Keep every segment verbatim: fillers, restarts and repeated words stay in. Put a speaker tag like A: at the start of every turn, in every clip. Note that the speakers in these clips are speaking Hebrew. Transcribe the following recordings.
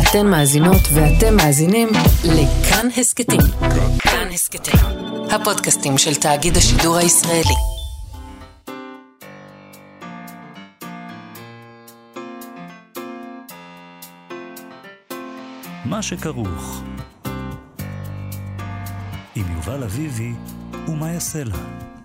A: אתן מאזינות ואתם מאזינים לכאן הסקטים. כאן הסקטים, הפודקאסטים של תאגיד השידור הישראלי.
B: מה שכרוך עם יובל אביבי ומה יעשה לה.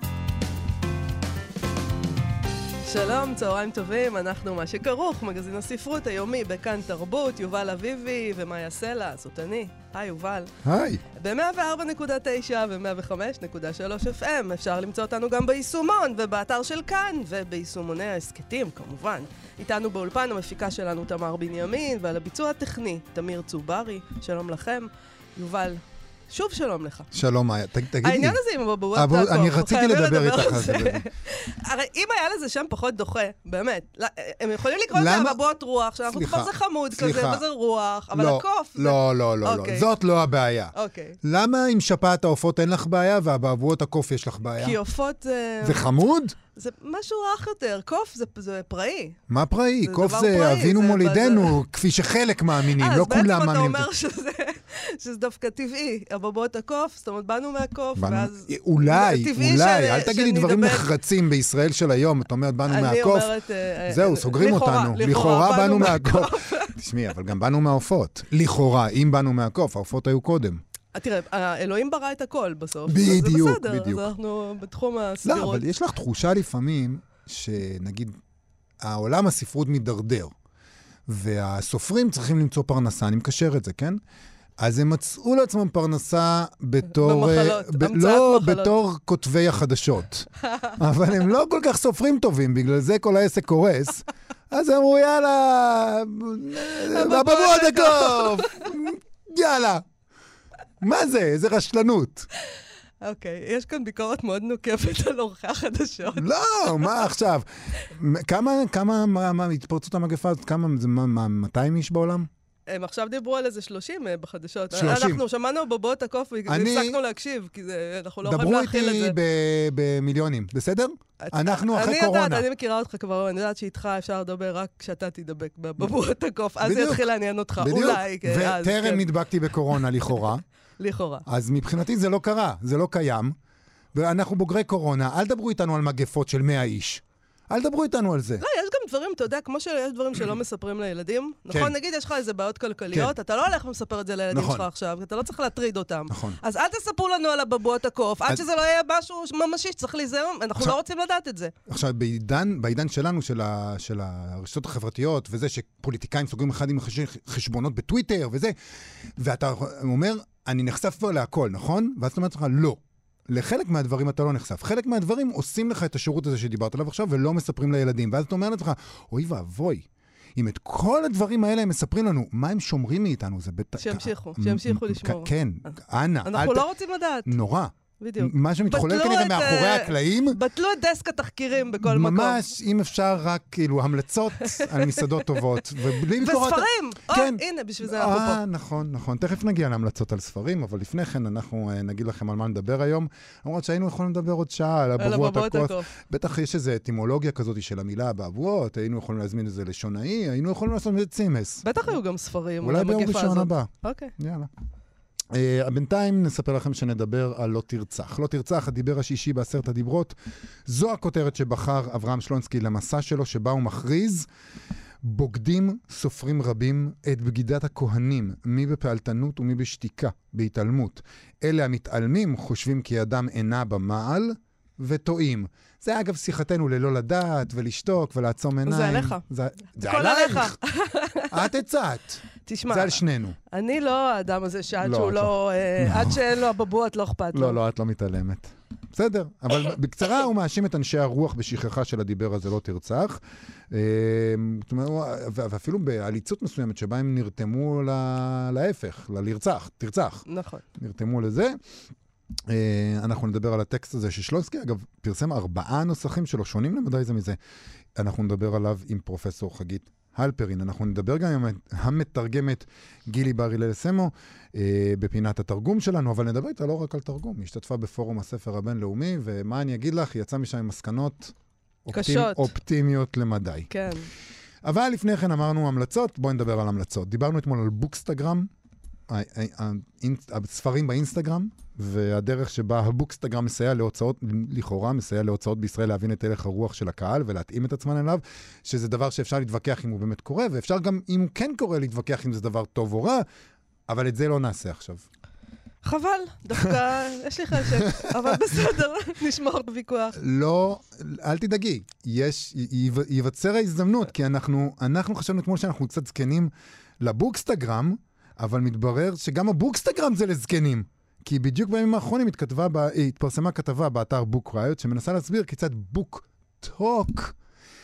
C: שלום, צהריים טובים, אנחנו מה שכרוך, מגזין הספרות היומי בכאן תרבות, יובל אביבי ומה יעשה לה, זאת אני. היי יובל.
D: היי.
C: ב-מאה וארבע נקודה תשע ו-מאה וחמש נקודה שלוש אף אם אפשר למצוא אותנו גם ביישומון ובאתר של כאן וביישומוני ההסקטים כמובן. איתנו באולפן המפיקה שלנו תמר בנימין ועל הביצוע הטכני תמיר צוברי. שלום לכם. יובל, שוב שלום לך.
D: שלום, מאיה. תגידי לי.
C: העניין הזה עם הבבואות
D: אבל
C: תעקוף.
D: אני רציתי לדבר איתך על זה.
C: הרי אם היה לזה שם פחות דוחה, באמת, הם יכולים לקרוא לזה הבבואות רוח, שאנחנו כבר זה חמוד כזה, וזה רוח, אבל הקוף זה...
D: לא, לא, לא, לא. זאת לא הבעיה. למה עם שפעת העופות אין לך בעיה, והבבואות הקוף יש לך בעיה?
C: כי עופות זה...
D: זה חמוד?
C: זה משהו רך יותר. קוף זה פראי.
D: מה פראי? קוף זה אבינו מולידנו, כפי שחלק מאמינים, לא כולם מאמינים.
C: אז בעצם אתה אומר שזה... שזה דווקא טבעי, הבבות הקוף, זאת אומרת, באנו מהקוף, ואז...
D: אולי, אולי, אל תגידי דברים נחרצים בישראל של היום, את אומרת, באנו מהקוף, זהו, סוגרים אותנו, לכאורה באנו מהקוף. תשמעי, אבל גם באנו מהעופות, לכאורה, אם באנו מהקוף, העופות היו קודם.
C: תראה, האלוהים ברא את הכל בסוף.
D: בדיוק,
C: זה בסדר,
D: בדיוק.
C: אז אנחנו בתחום הסבירות.
D: לא, אבל יש לך תחושה לפעמים, שנגיד, העולם הספרות מדרדר, והסופרים צריכים למצוא פרנסה, אני מקשר את זה, כן? אז הם מצאו לעצמם פרנסה בתור...
C: במחלות,
D: ב-
C: המצאת
D: לא
C: מחלות.
D: בתור כותבי החדשות. אבל הם לא כל כך סופרים טובים, בגלל זה כל העסק קורס. אז אמרו, יאללה, בבבות הקוף, יאללה. מה זה? איזה רשלנות.
C: אוקיי, יש כאן ביקורת מאוד נוקפת על אורחי החדשות.
D: לא, מה עכשיו? כמה, כמה, מה, מה, התפרצות המגפה הזאת, כמה, זה מה, מה, מאתיים איש בעולם?
C: הם עכשיו דיברו על איזה שלושים בחדשות.
D: שלושים.
C: אנחנו שמענו בבבות הקוף והפסקנו להקשיב, כי זה, אנחנו לא יכולים
D: דברו
C: להכיל את זה.
D: איתי ב- במיליונים, בסדר? אנחנו אחרי
C: אני
D: קורונה.
C: יודעת, אני מכירה אותך כבר, אני יודעת שאיתך אפשר לדבר רק כשאתה תדבק בבבות הקוף, אז זה יתחיל לעניין אותך, אולי.
D: וטרם נדבקתי בקורונה לכאורה.
C: לכאורה.
D: אז מבחינתי זה לא קרה, זה לא קיים. ואנחנו בוגרי קורונה, אל דברו איתנו על מגפות של מאה איש. אל דברו איתנו על זה.
C: לא, יש גם דברים, אתה יודע, כמו שיש דברים שלא מספרים לילדים. נכון, נגיד, יש לך איזה בעיות כלכליות, אתה לא הולך ומספר את זה לילדים שלך עכשיו, אתה לא צריך להטריד אותם.
D: נכון.
C: אז אל תספרו לנו על הבבואות הקוף, עד שזה לא יהיה משהו ממשי שצריך להיזהר, אנחנו לא רוצים לדעת את זה.
D: עכשיו, בעידן, בעידן שלנו, של ה- של הרשתות החברתיות, וזה שפוליטיקאים סוגרים אחד עם חשבונות בטוויטר, וזה, ואתה אומר, אני נחשף כבר להכל, נכון? ואז אתה אומר לך, לא. לחלק מהדברים אתה לא נחשף. חלק מהדברים עושים לך את השירות הזה שדיברת עליו עכשיו, ולא מספרים לילדים. ואז אתה אומר לך, אוי ואבוי, אם את כל הדברים האלה הם מספרים לנו, מה הם שומרים מאיתנו? זה בת...
C: שימשיכו, שימשיכו לשמור.
D: כן, אנא.
C: אנחנו לא רוצים לדעת.
D: נורא.
C: בדיוק.
D: מה שמתחולל כנראה מאחורי הקלעים.
C: בטלו את דסק התחקירים בכל מקום.
D: ממש, אם אפשר רק, כאילו, המלצות על מסעדות טובות.
C: וספרים! כן. הנה, בשביל זה אנחנו פה.
D: נכון, נכון. תכף נגיע להמלצות על ספרים, אבל לפני כן אנחנו נגיד לכם על מה נדבר היום. למרות שהיינו יכולים לדבר עוד שעה על הבבואות הקוף. בטח יש איזו אטימולוגיה כזאת של המילה הבבואות, היינו יכולים להזמין איזה לשונאי, היינו יכולים לעשות מזה צימס.
C: בטח היו גם ספרים.
D: אולי ביום ראשון הבא.
C: אוקיי.
D: יאללה. Uh, בינתיים נספר לכם שנדבר על לא תרצח. לא תרצח, הדיבר השישי בעשרת הדיברות. זו הכותרת שבחר אברהם שלונסקי למסע שלו, שבה הוא מכריז, בוגדים סופרים רבים את בגידת הכהנים, מי בפעלתנות ומי בשתיקה, בהתעלמות. אלה המתעלמים חושבים כי אדם אינה במעל וטועים. זה אגב שיחתנו ללא לדעת ולשתוק ולעצום עיניים.
C: זה עליך.
D: זה, זה עלייך. את הצעת.
C: תשמע,
D: זה על שנינו.
C: אני לא האדם הזה שעד שהוא לא, עד שאין לו הבבואות לא אכפת לו.
D: לא, לא, את לא מתעלמת. בסדר, אבל בקצרה הוא מאשים את אנשי הרוח בשכחה של הדיבר הזה לא תרצח, ואפילו בעליצות מסוימת שבה הם נרתמו להפך, ללרצח, תרצח.
C: נכון.
D: נרתמו לזה. אנחנו נדבר על הטקסט הזה ששלונסקי, אגב, פרסם ארבעה נוסחים שלו, שונים למדי זה מזה. אנחנו נדבר עליו עם פרופסור חגית הלפרין. אנחנו נדבר גם עם המתרגמת גילי בר הלל סמו אה, בפינת התרגום שלנו, אבל נדבר איתה לא רק על תרגום. היא השתתפה בפורום הספר הבינלאומי, ומה אני אגיד לך? היא יצאה משם עם מסקנות אופטימ... אופטימיות למדי.
C: כן.
D: אבל לפני כן אמרנו המלצות, בואו נדבר על המלצות. דיברנו אתמול על בוקסטגרם, הספרים באינסטגרם, והדרך שבה הבוקסטגרם מסייע להוצאות, לכאורה מסייע להוצאות בישראל להבין את הלך הרוח של הקהל ולהתאים את עצמן אליו, שזה דבר שאפשר להתווכח אם הוא באמת קורה, ואפשר גם אם הוא כן קורה להתווכח אם זה דבר טוב או רע, אבל את זה לא נעשה עכשיו.
C: חבל, דווקא יש לי חשק, אבל בסדר, נשמור בוויכוח.
D: לא, אל תדאגי, יש, ייווצר ההזדמנות, כי אנחנו, אנחנו חשבנו כמו שאנחנו קצת זקנים לבוקסטגרם, אבל מתברר שגם הבוקסטגרם זה לזקנים. כי בדיוק בימים האחרונים התכתבה, התפרסמה כתבה באתר בוק ראיות, שמנסה להסביר כיצד בוק טוק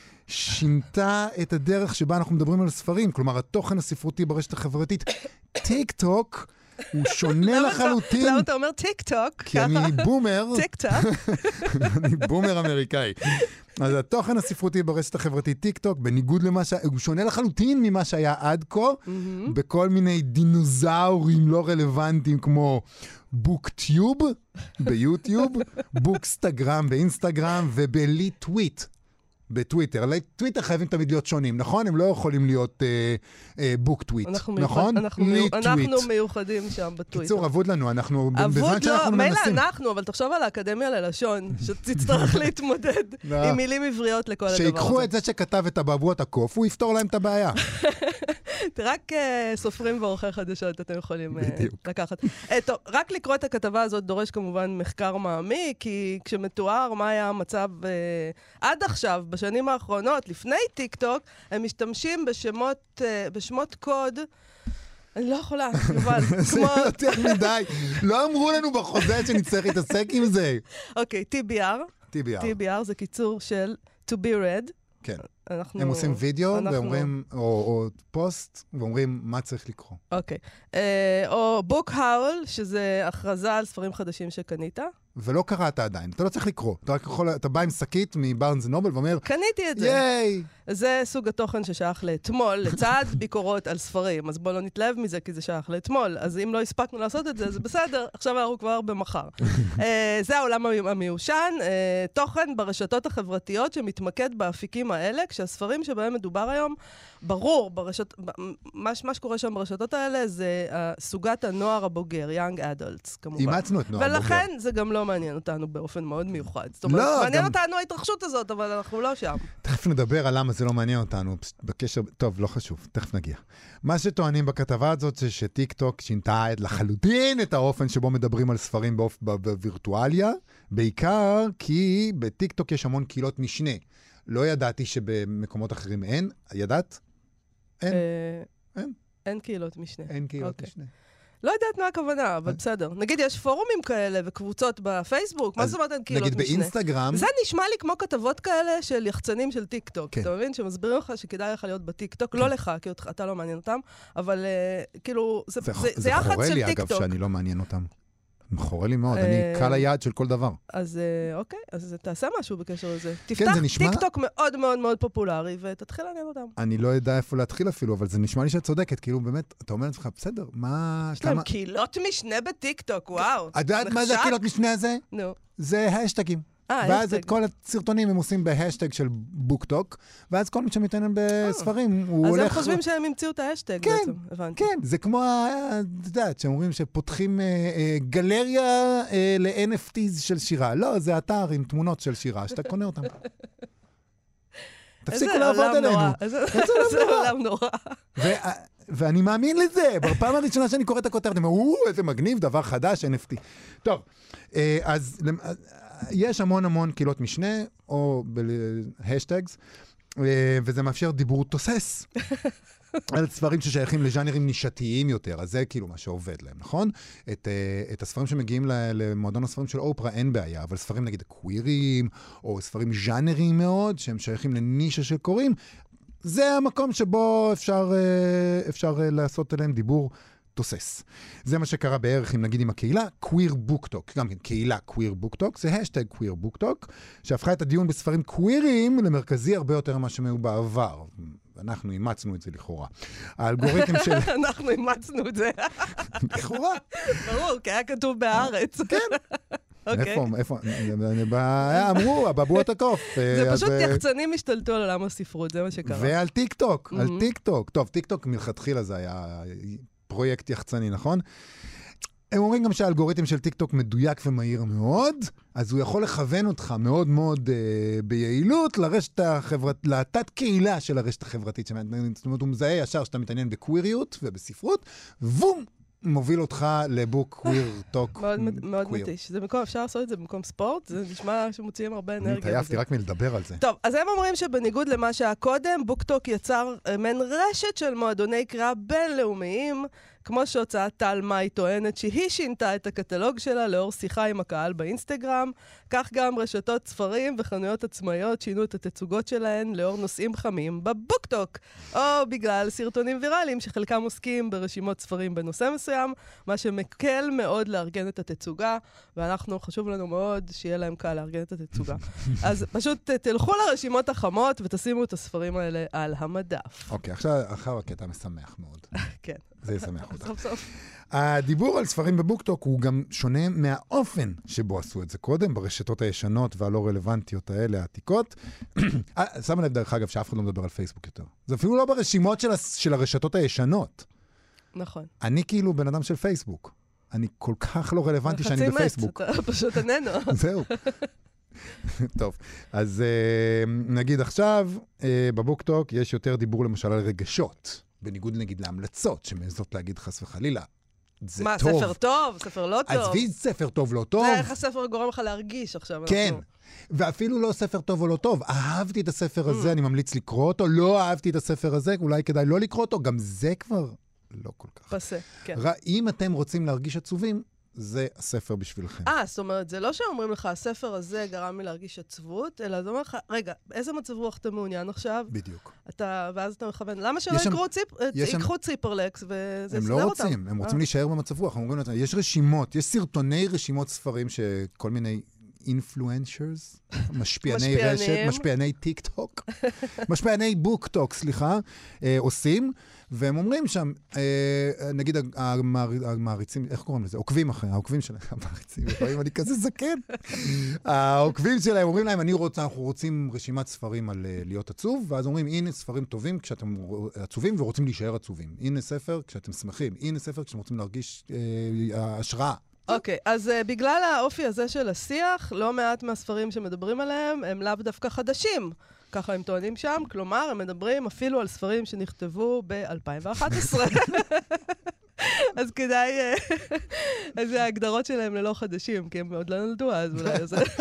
D: שינתה את הדרך שבה אנחנו מדברים על ספרים, כלומר התוכן הספרותי ברשת החברתית, טיק טוק, הוא שונה לחלוטין.
C: למה אתה אומר טיק טוק?
D: כי אני בומר.
C: טיק טוק.
D: אני בומר אמריקאי. אז התוכן הספרותי ברשת החברתית טיק טוק, בניגוד למה ש... הוא שונה לחלוטין ממה שהיה עד כה, בכל מיני דינוזאורים לא רלוונטיים כמו בוקטיוב ביוטיוב, בוקסטגרם באינסטגרם ובלי טוויט. בטוויטר. טוויטר חייבים תמיד להיות שונים, נכון? הם לא יכולים להיות בוק טוויט, נכון?
C: אנחנו מיוחדים שם בטוויטר.
D: קיצור, עבוד לנו, אנחנו...
C: עבוד לא, מילא אנחנו, אבל תחשוב על האקדמיה ללשון, שתצטרך להתמודד עם מילים עבריות לכל הדבר הזה.
D: שיקחו את זה שכתב את הבעבועות הקוף, הוא יפתור להם את הבעיה.
C: רק סופרים ועורכי חדשות אתם יכולים לקחת. טוב, רק לקרוא את הכתבה הזאת דורש כמובן מחקר מעמיק, כי כשמתואר מה היה המצב עד עכשיו, בשנים האחרונות, לפני טיק טוק, הם משתמשים בשמות, בשמות קוד, אני לא יכולה, יובל.
D: זה יותר מדי. לא אמרו לנו בחוזה שנצטרך להתעסק עם זה.
C: אוקיי, טי בי אר.
D: טי בי אר.
C: טי בי אר זה קיצור של to be read.
D: כן. אנחנו, הם עושים וידאו אנחנו... ואומרים, או, או פוסט, ואומרים מה צריך לקרוא.
C: אוקיי. אה, או בוק האול, שזה הכרזה על ספרים חדשים שקנית.
D: ולא קראת עדיין. אתה לא צריך לקרוא. אתה רק יכול, אתה בא עם שקית מבארנס נובל ואומר,
C: קניתי את זה.
D: ייי!
C: זה סוג התוכן ששייך לאתמול, לצד ביקורות על ספרים. אז בוא לא נתלהב מזה, כי זה שייך לאתמול. אז אם לא הספקנו לעשות את זה, זה בסדר. עכשיו אנחנו כבר במחר. זה העולם המיושן. תוכן ברשתות החברתיות שמתמקד באפיקים האלה, כשהספרים שבהם מדובר היום, ברור, ברשת, מה, מה שקורה שם ברשתות האלה זה סוגת הנוער הבוגר, young adults, כמובן.
D: אימצנו את נוער הבוגר.
C: ולכן זה גם לא מעניין אותנו באופן מאוד מיוחד. זאת אומרת,
D: לא,
C: מעניין
D: גם...
C: אותנו ההתרחשות הזאת, אבל אנחנו לא שם.
D: תכף נדבר על למה זה לא מעניין אותנו, בקשר, טוב, לא חשוב, תכף נגיע. מה שטוענים בכתבה הזאת זה שטיק טוק שינתה לחלוטין את האופן שבו מדברים על ספרים באופ... בווירטואליה, בעיקר כי בטיק טוק יש המון קהילות משנה. לא ידעתי שבמקומות אחרים אין, ידעת? אין. אין.
C: אין קהילות משנה.
D: אין קהילות משנה.
C: לא יודעת מה הכוונה, אבל בסדר. נגיד, יש פורומים כאלה וקבוצות בפייסבוק, מה זאת אומרת אין קהילות משנה?
D: נגיד באינסטגרם...
C: זה נשמע לי כמו כתבות כאלה של יחצנים של טיק טוק. אתה מבין? שמסבירים לך שכדאי לך להיות בטיק טוק, לא לך, כי אתה לא מעניין אותם, אבל כאילו, זה יחד של טיק טוק.
D: זה חורה לי, אגב, שאני לא מעניין אותם. חורה לי מאוד, אני קל היעד של כל דבר.
C: אז אוקיי, אז תעשה משהו בקשר לזה. תפתח טיק טוק מאוד מאוד מאוד פופולרי, ותתחיל לעניין אותם.
D: אני לא יודע איפה להתחיל אפילו, אבל זה נשמע לי שאת צודקת, כאילו באמת, אתה אומר לעצמך, בסדר, מה...
C: יש להם קהילות משנה בטיק טוק, וואו.
D: את יודעת מה זה הקהילות משנה הזה?
C: נו.
D: זה השטגים. ואז את כל הסרטונים הם עושים בהשטג של בוקטוק, ואז כל מי שמתעניין בספרים, הוא הולך...
C: אז הם חושבים שהם המציאו את ההשטג בעצם, הבנתי.
D: כן, זה כמו, את יודעת, שאומרים שפותחים גלריה ל-אן אף טיז של שירה. לא, זה אתר עם תמונות של שירה, שאתה קונה אותם. תפסיקו לעבוד עלינו.
C: איזה עולם נורא.
D: ואני מאמין לזה. בפעם הראשונה שאני קורא את הכותרת, אני אומר, איזה מגניב, דבר חדש, אן אף טי. טוב, אז... יש המון המון קהילות משנה, או בהשטגס, וזה מאפשר דיבור תוסס על ספרים ששייכים לז'אנרים נישתיים יותר, אז זה כאילו מה שעובד להם, נכון? את, את הספרים שמגיעים למועדון הספרים של אופרה אין בעיה, אבל ספרים נגיד קווירים, או ספרים ז'אנרים מאוד, שהם שייכים לנישה של קוראים, זה המקום שבו אפשר, אפשר לעשות עליהם דיבור תוסס. זה מה שקרה בערך, אם נגיד עם הקהילה, קוויר בוקטוק, גם כן, קהילה קוויר בוקטוק, זה השטג קוויר בוקטוק, שהפכה את הדיון בספרים קווירים למרכזי הרבה יותר ממה שהם היו בעבר. אנחנו אימצנו את זה לכאורה. האלגוריתם של...
C: אנחנו אימצנו את זה.
D: לכאורה.
C: ברור, כי היה כתוב בארץ.
D: כן. איפה, איפה, אמרו, הבבואות הקוף.
C: זה פשוט יחצנים השתלטו על עולם הספרות, זה מה שקרה.
D: ועל טיק טוק, על טיק טוק. טוב, טיק טוק מלכתחילה זה היה פרויקט יחצני, נכון? הם אומרים גם שהאלגוריתם של טיק טוק מדויק ומהיר מאוד, אז הוא יכול לכוון אותך מאוד מאוד אה, ביעילות לרשת החברת, לתת קהילה של הרשת החברתית. זאת אומרת, הוא מזהה ישר שאתה מתעניין בקוויריות ובספרות, ובום, מוביל אותך לבוק קוויר טוק.
C: מאוד מתיש. זה מקום, אפשר לעשות את זה במקום ספורט? זה נשמע שמוציאים הרבה אנרגיה.
D: אני התעייפתי רק מלדבר על זה.
C: טוב, אז הם אומרים שבניגוד למה שהיה קודם, בוקטוק יצר מעין רשת של מועדוני קריאה בינלאומיים, כמו שהוצאת טל מאי טוענת שהיא שינתה את הקטלוג שלה לאור שיחה עם הקהל באינסטגרם, כך גם רשתות ספרים וחנויות עצמאיות שינו את התצוגות שלהן לאור נושאים חמים בבוקטוק, או בגלל סרטונים ויראליים שחלקם עוסקים ברשימות ספרים בנושא מסוים, מה שמקל מאוד לארגן את התצוגה, ואנחנו, חשוב לנו מאוד שיהיה להם קל לארגן את התצוגה. אז פשוט תלכו לרשימות החמות ותשימו את הספרים האלה על המדף.
D: אוקיי, עכשיו אחר הקטע משמח מאוד.
C: כן.
D: זה ישמח אותך.
C: סוף סוף.
D: הדיבור על ספרים בבוקטוק הוא גם שונה מהאופן שבו עשו את זה קודם, ברשתות הישנות והלא רלוונטיות האלה, העתיקות. שמה לב דרך אגב שאף אחד לא מדבר על פייסבוק יותר. זה אפילו לא ברשימות של, של הרשתות הישנות.
C: נכון.
D: אני כאילו בן אדם של פייסבוק. אני כל כך לא רלוונטי שאני בפייסבוק.
C: אתה פשוט עננו.
D: זהו. טוב, אז נגיד עכשיו, בבוקטוק יש יותר דיבור למשל על רגשות. בניגוד נגיד להמלצות, שמעזות להגיד חס וחלילה, זה
C: מה,
D: טוב.
C: מה, ספר טוב? ספר לא טוב?
D: עזבי ספר טוב, לא טוב.
C: זה איך הספר גורם לך להרגיש עכשיו.
D: כן, אנחנו... ואפילו לא ספר טוב או לא טוב. אהבתי את הספר הזה, mm. אני ממליץ לקרוא אותו, לא אהבתי את הספר הזה, אולי כדאי לא לקרוא אותו, גם זה כבר לא כל כך.
C: פסה, כן.
D: רא, אם אתם רוצים להרגיש עצובים, זה הספר בשבילכם.
C: אה, זאת אומרת, זה לא שאומרים לך, הספר הזה גרם לי להרגיש עצבות, אלא זה אומר לך, רגע, איזה מצב רוח אתה מעוניין עכשיו?
D: בדיוק.
C: אתה, ואז אתה מכוון, למה שלא יקחו ציפ, יקחו ציפרלקס וזה יסדר אותם?
D: הם לא רוצים, הם רוצים להישאר במצב רוח. הם אומרים אותם, יש רשימות, יש סרטוני רשימות ספרים שכל מיני אינפלואנשרס, משפיעני רשת, משפיעני טיק טוק, משפיעני בוק טוק, סליחה, עושים, והם אומרים שם, נגיד המעריצים, איך קוראים לזה? עוקבים אחרי, העוקבים שלהם, המעריצים, לפעמים אני כזה זקן. העוקבים שלהם אומרים להם, אני רוצה, אנחנו רוצים רשימת ספרים על להיות עצוב, ואז אומרים, הנה ספרים טובים כשאתם עצובים ורוצים להישאר עצובים. הנה ספר כשאתם שמחים, הנה ספר כשאתם רוצים להרגיש השראה.
C: אוקיי, okay, אז uh, בגלל האופי הזה של השיח, לא מעט מהספרים שמדברים עליהם הם לאו דווקא חדשים. ככה הם טוענים שם, כלומר, הם מדברים אפילו על ספרים שנכתבו ב-אלפיים ואחת עשרה. אז כדאי, אז ההגדרות שלהם ללא חדשים, כי הם עוד לא נולדו אז אולי.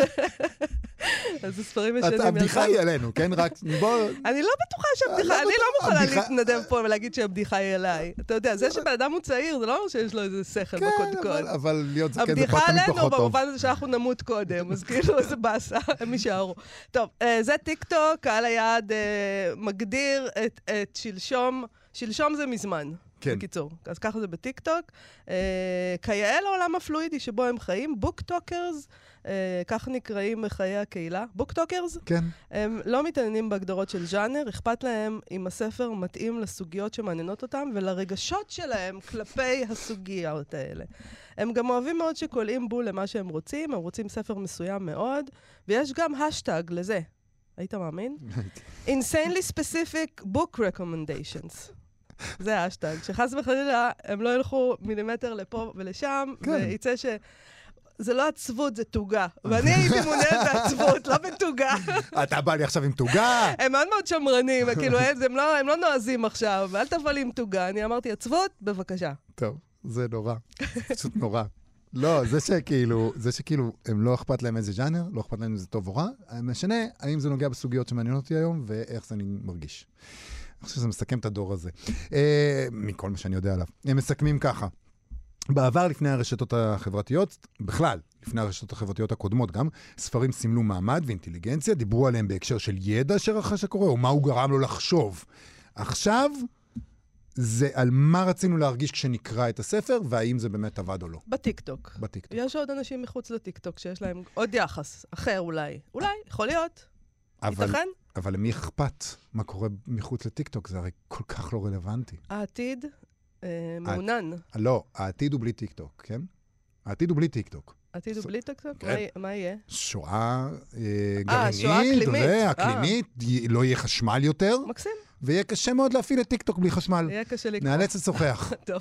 C: אז הספרים ישנים...
D: הבדיחה היא עלינו, כן? רק בוא...
C: אני לא בטוחה שהבדיחה, אני לא מוכנה להתנדב פה ולהגיד שהבדיחה היא אליי. אתה יודע, זה שבן אדם הוא צעיר, זה לא אומר שיש לו איזה שכל בקודקוד.
D: כן, אבל להיות זקן זה פתאום
C: הבדיחה
D: פחות טוב.
C: עלינו, במובן הזה שאנחנו נמות קודם, אז כאילו איזה באסה, הם יישארו. טוב, זה טיק טוק, קהל היעד מגדיר את שלשום, שלשום זה מזמן. כן. בקיצור, אז ככה זה בטיק טוק. אה, כיאה לעולם הפלואידי שבו הם חיים, בוקטוקרס, אה, כך נקראים בחיי הקהילה. בוקטוקרס?
D: כן.
C: הם לא מתעניינים בהגדרות של ז'אנר, אכפת להם אם הספר מתאים לסוגיות שמעניינות אותם ולרגשות שלהם כלפי הסוגיות האלה. הם גם אוהבים מאוד שקולעים בול למה שהם רוצים, הם רוצים ספר מסוים מאוד, ויש גם השטג לזה. היית מאמין? Insanely specific book recommendations. זה האשטג, שחס וחלילה הם לא ילכו מילימטר לפה ולשם, ויצא שזה לא עצבות, זה תוגה. ואני הייתי מעוניינת בעצבות, לא בתוגה.
D: אתה בא לי עכשיו עם תוגה?
C: הם מאוד מאוד שמרנים, כאילו הם לא נועזים עכשיו, ואל תבוא לי עם תוגה. אני אמרתי, עצבות, בבקשה.
D: טוב, זה נורא, פשוט נורא. לא, זה שכאילו, זה שכאילו, הם לא אכפת להם איזה ז'אנר, לא אכפת להם אם זה טוב או רע, משנה האם זה נוגע בסוגיות שמעניינות אותי היום, ואיך זה אני מרגיש. אני חושב שזה מסכם את הדור הזה. אה, מכל מה שאני יודע עליו. הם מסכמים ככה. בעבר, לפני הרשתות החברתיות, בכלל, לפני הרשתות החברתיות הקודמות גם, ספרים סימלו מעמד ואינטליגנציה, דיברו עליהם בהקשר של ידע שרכש הקורא, או מה הוא גרם לו לחשוב. עכשיו, זה על מה רצינו להרגיש כשנקרא את הספר, והאם זה באמת עבד או לא.
C: בטיקטוק.
D: בטיקטוק.
C: יש עוד אנשים מחוץ לטיקטוק שיש להם עוד יחס, אחר אולי. אולי, יכול להיות.
D: אבל,
C: ייתכן?
D: אבל למי אכפת מה קורה מחוץ לטיקטוק? זה הרי כל כך לא רלוונטי.
C: העתיד אה, מעונן.
D: לא, העתיד הוא בלי טיקטוק, כן? העתיד הוא בלי טיקטוק.
C: עתיד ובלי טוקטוק? מה יהיה?
D: שואה גרעינית ואקלימית, לא יהיה חשמל יותר.
C: מקסים.
D: ויהיה קשה מאוד להפעיל את טיקטוק בלי חשמל.
C: יהיה קשה לקרוא.
D: נאלץ לשוחח.
C: טוב.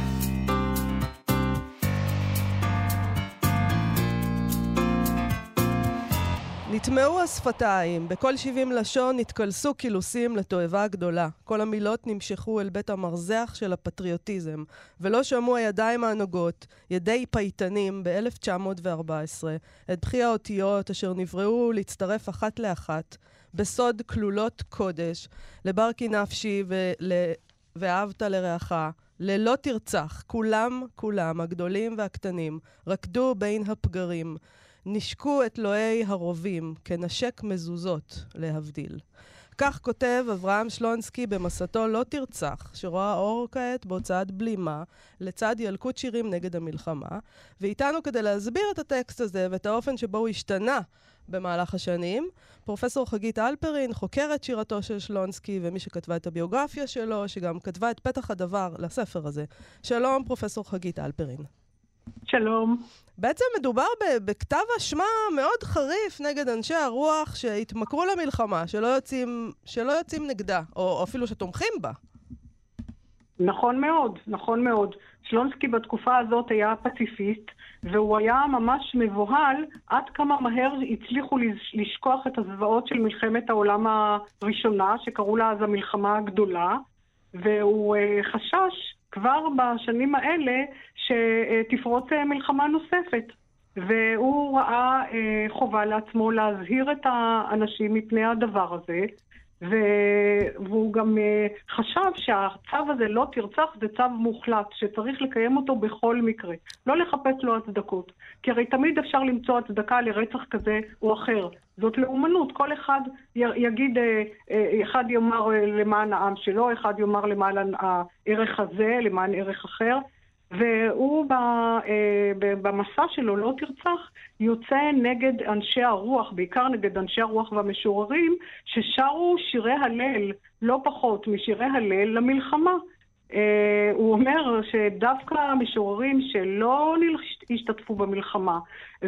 C: נטמעו השפתיים, בכל שבעים לשון נתקלסו קילוסים לתועבה הגדולה. כל המילות נמשכו אל בית המרזח של הפטריוטיזם, ולא שמעו הידיים הנוגות, ידי פייטנים ב-אלף תשע מאות וארבע עשרה, את בכי האותיות אשר נבראו להצטרף אחת לאחת, בסוד כלולות קודש, לברקי נפשי ול... ואהבת לרעך, ללא תרצח, כולם, כולם, הגדולים והקטנים, רקדו בין הפגרים, נשקו את לואי הרובים כנשק מזוזות להבדיל. כך כותב אברהם שלונסקי במסעתו לא תרצח, שרואה אור כעת בהוצאת בלימה, לצד ילקוט שירים נגד המלחמה, ואיתנו כדי להסביר את הטקסט הזה ואת האופן שבו הוא השתנה במהלך השנים, פרופסור חגית אלפרין, חוקרת שירתו של שלונסקי ומי שכתבה את הביוגרפיה שלו, שגם כתבה את פתח הדבר לספר הזה. שלום, פרופסור חגית אלפרין.
E: שלום.
C: בעצם מדובר בכתב אשמה מאוד חריף נגד אנשי הרוח שהתמכרו למלחמה, שלא יוצאים, שלא יוצאים נגדה, או אפילו שתומכים בה.
E: נכון מאוד, נכון מאוד. שלונסקי בתקופה הזאת היה פציפיסט, והוא היה ממש מבוהל עד כמה מהר הצליחו לשכוח את הזוועות של מלחמת העולם הראשונה, שקראו לה אז המלחמה הגדולה, והוא חשש כבר בשנים האלה שתפרוץ מלחמה נוספת. והוא ראה חובה לעצמו להזהיר את האנשים מפני הדבר הזה, והוא גם חשב שהצו הזה לא תרצח, זה צו מוחלט, שצריך לקיים אותו בכל מקרה. לא לחפש לו הצדקות. כי הרי תמיד אפשר למצוא הצדקה לרצח כזה או אחר. זאת לאומנות. כל אחד יגיד, אחד יאמר למען העם שלו, אחד יאמר למען הערך הזה, למען ערך אחר. והוא במסע שלו לא תרצח יוצא נגד אנשי הרוח, בעיקר נגד אנשי הרוח והמשוררים ששרו שירי הלל לא פחות משירי הלל למלחמה. הוא אומר שדווקא המשוררים שלא השתתפו במלחמה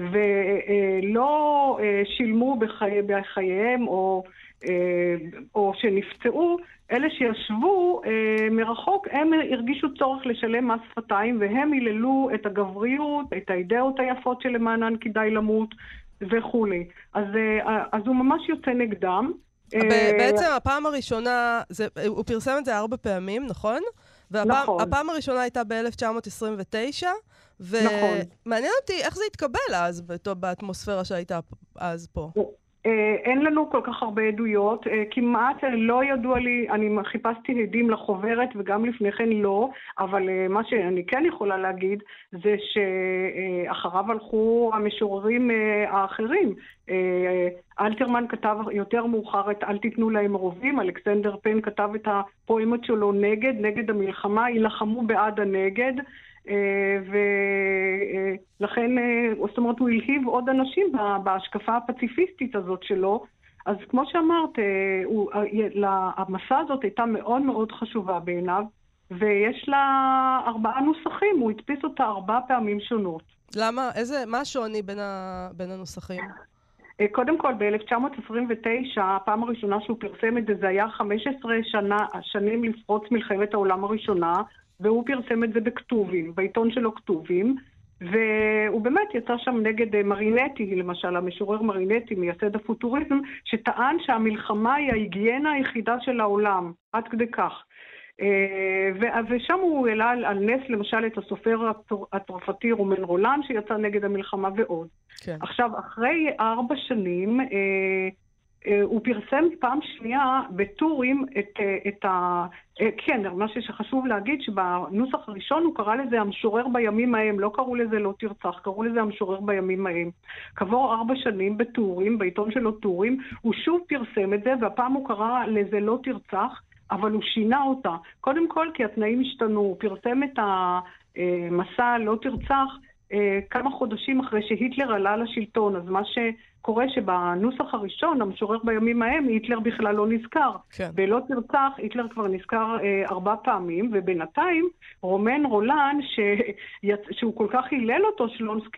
E: ולא שילמו בחייהם או או שנפצעו, אלה שישבו אה, מרחוק, הם הרגישו צורך לשלם מס שפתיים, והם היללו את הגבריות, את האידאות היפות שלמענן כדאי למות, וכו'. אז, אה, אז הוא ממש יוצא נגדם.
C: בעצם הפעם הראשונה, זה, הוא פרסם את זה ארבע פעמים, נכון? והפעם,
E: נכון.
C: הפעם הראשונה הייתה ב-אלף תשע מאות עשרים ותשע, ומעניין אותי איך זה התקבל אז, באטמוספירה שהייתה אז פה.
E: אין לנו כל כך הרבה עדויות, כמעט לא ידוע לי, אני חיפשתי עדים לחוברת וגם לפני כן לא, אבל מה שאני כן יכולה להגיד זה שאחריו הלכו המשוררים האחרים. אלתרמן כתב יותר מאוחר את אל תיתנו להם רובים, אלכסנדר פן כתב את הפואמות שלו נגד, נגד המלחמה, ילחמו בעד הנגד, ולכן, זאת אומרת, הוא הלהיב עוד אנשים בהשקפה הפציפיסטית הזאת שלו. אז כמו שאמרת, המסע הזאת הייתה מאוד מאוד חשובה בעיניו, ויש לה ארבעה נוסחים, הוא הדפיס אותה ארבע פעמים שונות.
C: למה? איזה, מה השוני בין, ה, בין הנוסחים?
E: קודם כל, ב-אלף תשע מאות עשרים ותשע, הפעם הראשונה שהוא פרסם את זה, זה היה חמש עשרה שנה, שנים לפרוץ מלחמת העולם הראשונה, והוא פרסם את זה בכתובים, בעיתון שלו כתובים, והוא באמת יצא שם נגד מרינטי, למשל, המשורר מרינטי, מייסד הפוטוריזם, שטען שהמלחמה היא ההיגיינה היחידה של העולם, עד כדי כך. ושם הוא העלה על נס, למשל, את הסופר הצרפתי רומן רולן, שיצא נגד המלחמה ועוד. כן. עכשיו, אחרי ארבע שנים, הוא פרסם פעם שנייה בטורים את, את ה... כן, מה שחשוב להגיד שבנוסח הראשון הוא קרא לזה המשורר בימים ההם, לא קראו לזה לא תרצח, קראו לזה המשורר בימים ההם. כעבור ארבע שנים בטורים, בעיתון שלו טורים, הוא שוב פרסם את זה, והפעם הוא קרא לזה לא תרצח, אבל הוא שינה אותה. קודם כל כי התנאים השתנו, הוא פרסם את המסע לא תרצח כמה חודשים אחרי שהיטלר עלה לשלטון, אז מה שקורה שבנוסח הראשון, המשורר בימים ההם, היטלר בכלל לא נזכר. כן. ולא תרצח, היטלר כבר נזכר אה, ארבע פעמים, ובינתיים רומן רולן, ש... שהוא כל כך הילל אותו שלונסקי,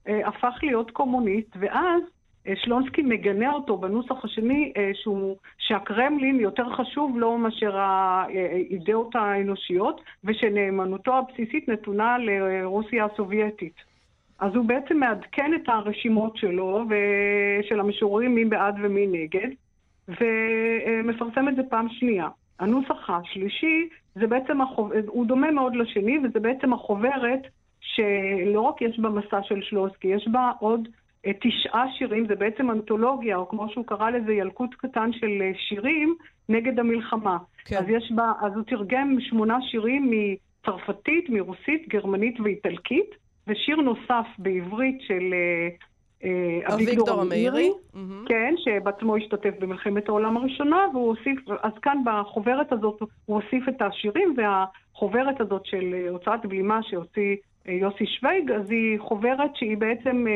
E: הפך להיות קומוניסט, ואז שלונסקי מגנה אותו בנוסח השני, שהוא, שהקרמלין יותר חשוב לו מאשר האידאות האנושיות, ושנאמנותו הבסיסית נתונה לרוסיה הסובייטית. אז הוא בעצם מעדכן את הרשימות שלו, ושל המשוררים מי בעד ומי נגד, ומפרסם את זה פעם שנייה. הנוסח השלישי, זה בעצם החוב... הוא דומה מאוד לשני, וזה בעצם החוברת שלא רק יש בה מסע של שלונסקי, יש בה עוד תשעה שירים, זה בעצם אנתולוגיה, או כמו שהוא קרא לזה, ילקוט קטן של שירים נגד המלחמה. כן. אז יש בה, אז הוא תרגם שמונה שירים מצרפתית, מרוסית, גרמנית ואיטלקית, ושיר נוסף בעברית של אביגדור המאירי, כן, שבעצמו השתתף במלחמת העולם הראשונה, והוא הוסיף, אז כאן בחוברת הזאת הוא הוסיף את השירים, והחוברת הזאת של הוצאת בלימה שהוציא יוסי שוויג, אז היא חוברת שהיא בעצם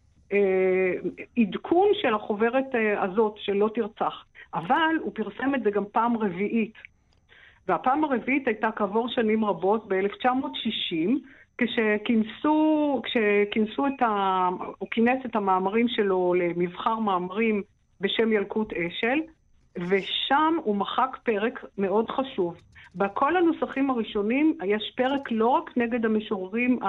E: עדכון של החוברת הזאת של לא תרצח. אבל הוא פרסם את זה גם פעם רביעית. והפעם הרביעית הייתה כעבור שנים רבות, ב-אלף תשע מאות שישים, כשכינסו, כשכינסו את ה... הוא כינס את המאמרים שלו למבחר מאמרים בשם ילקוט אשל, ושם הוא מחק פרק מאוד חשוב. בכל הנוסחים הראשונים יש פרק לא רק נגד המשוררים,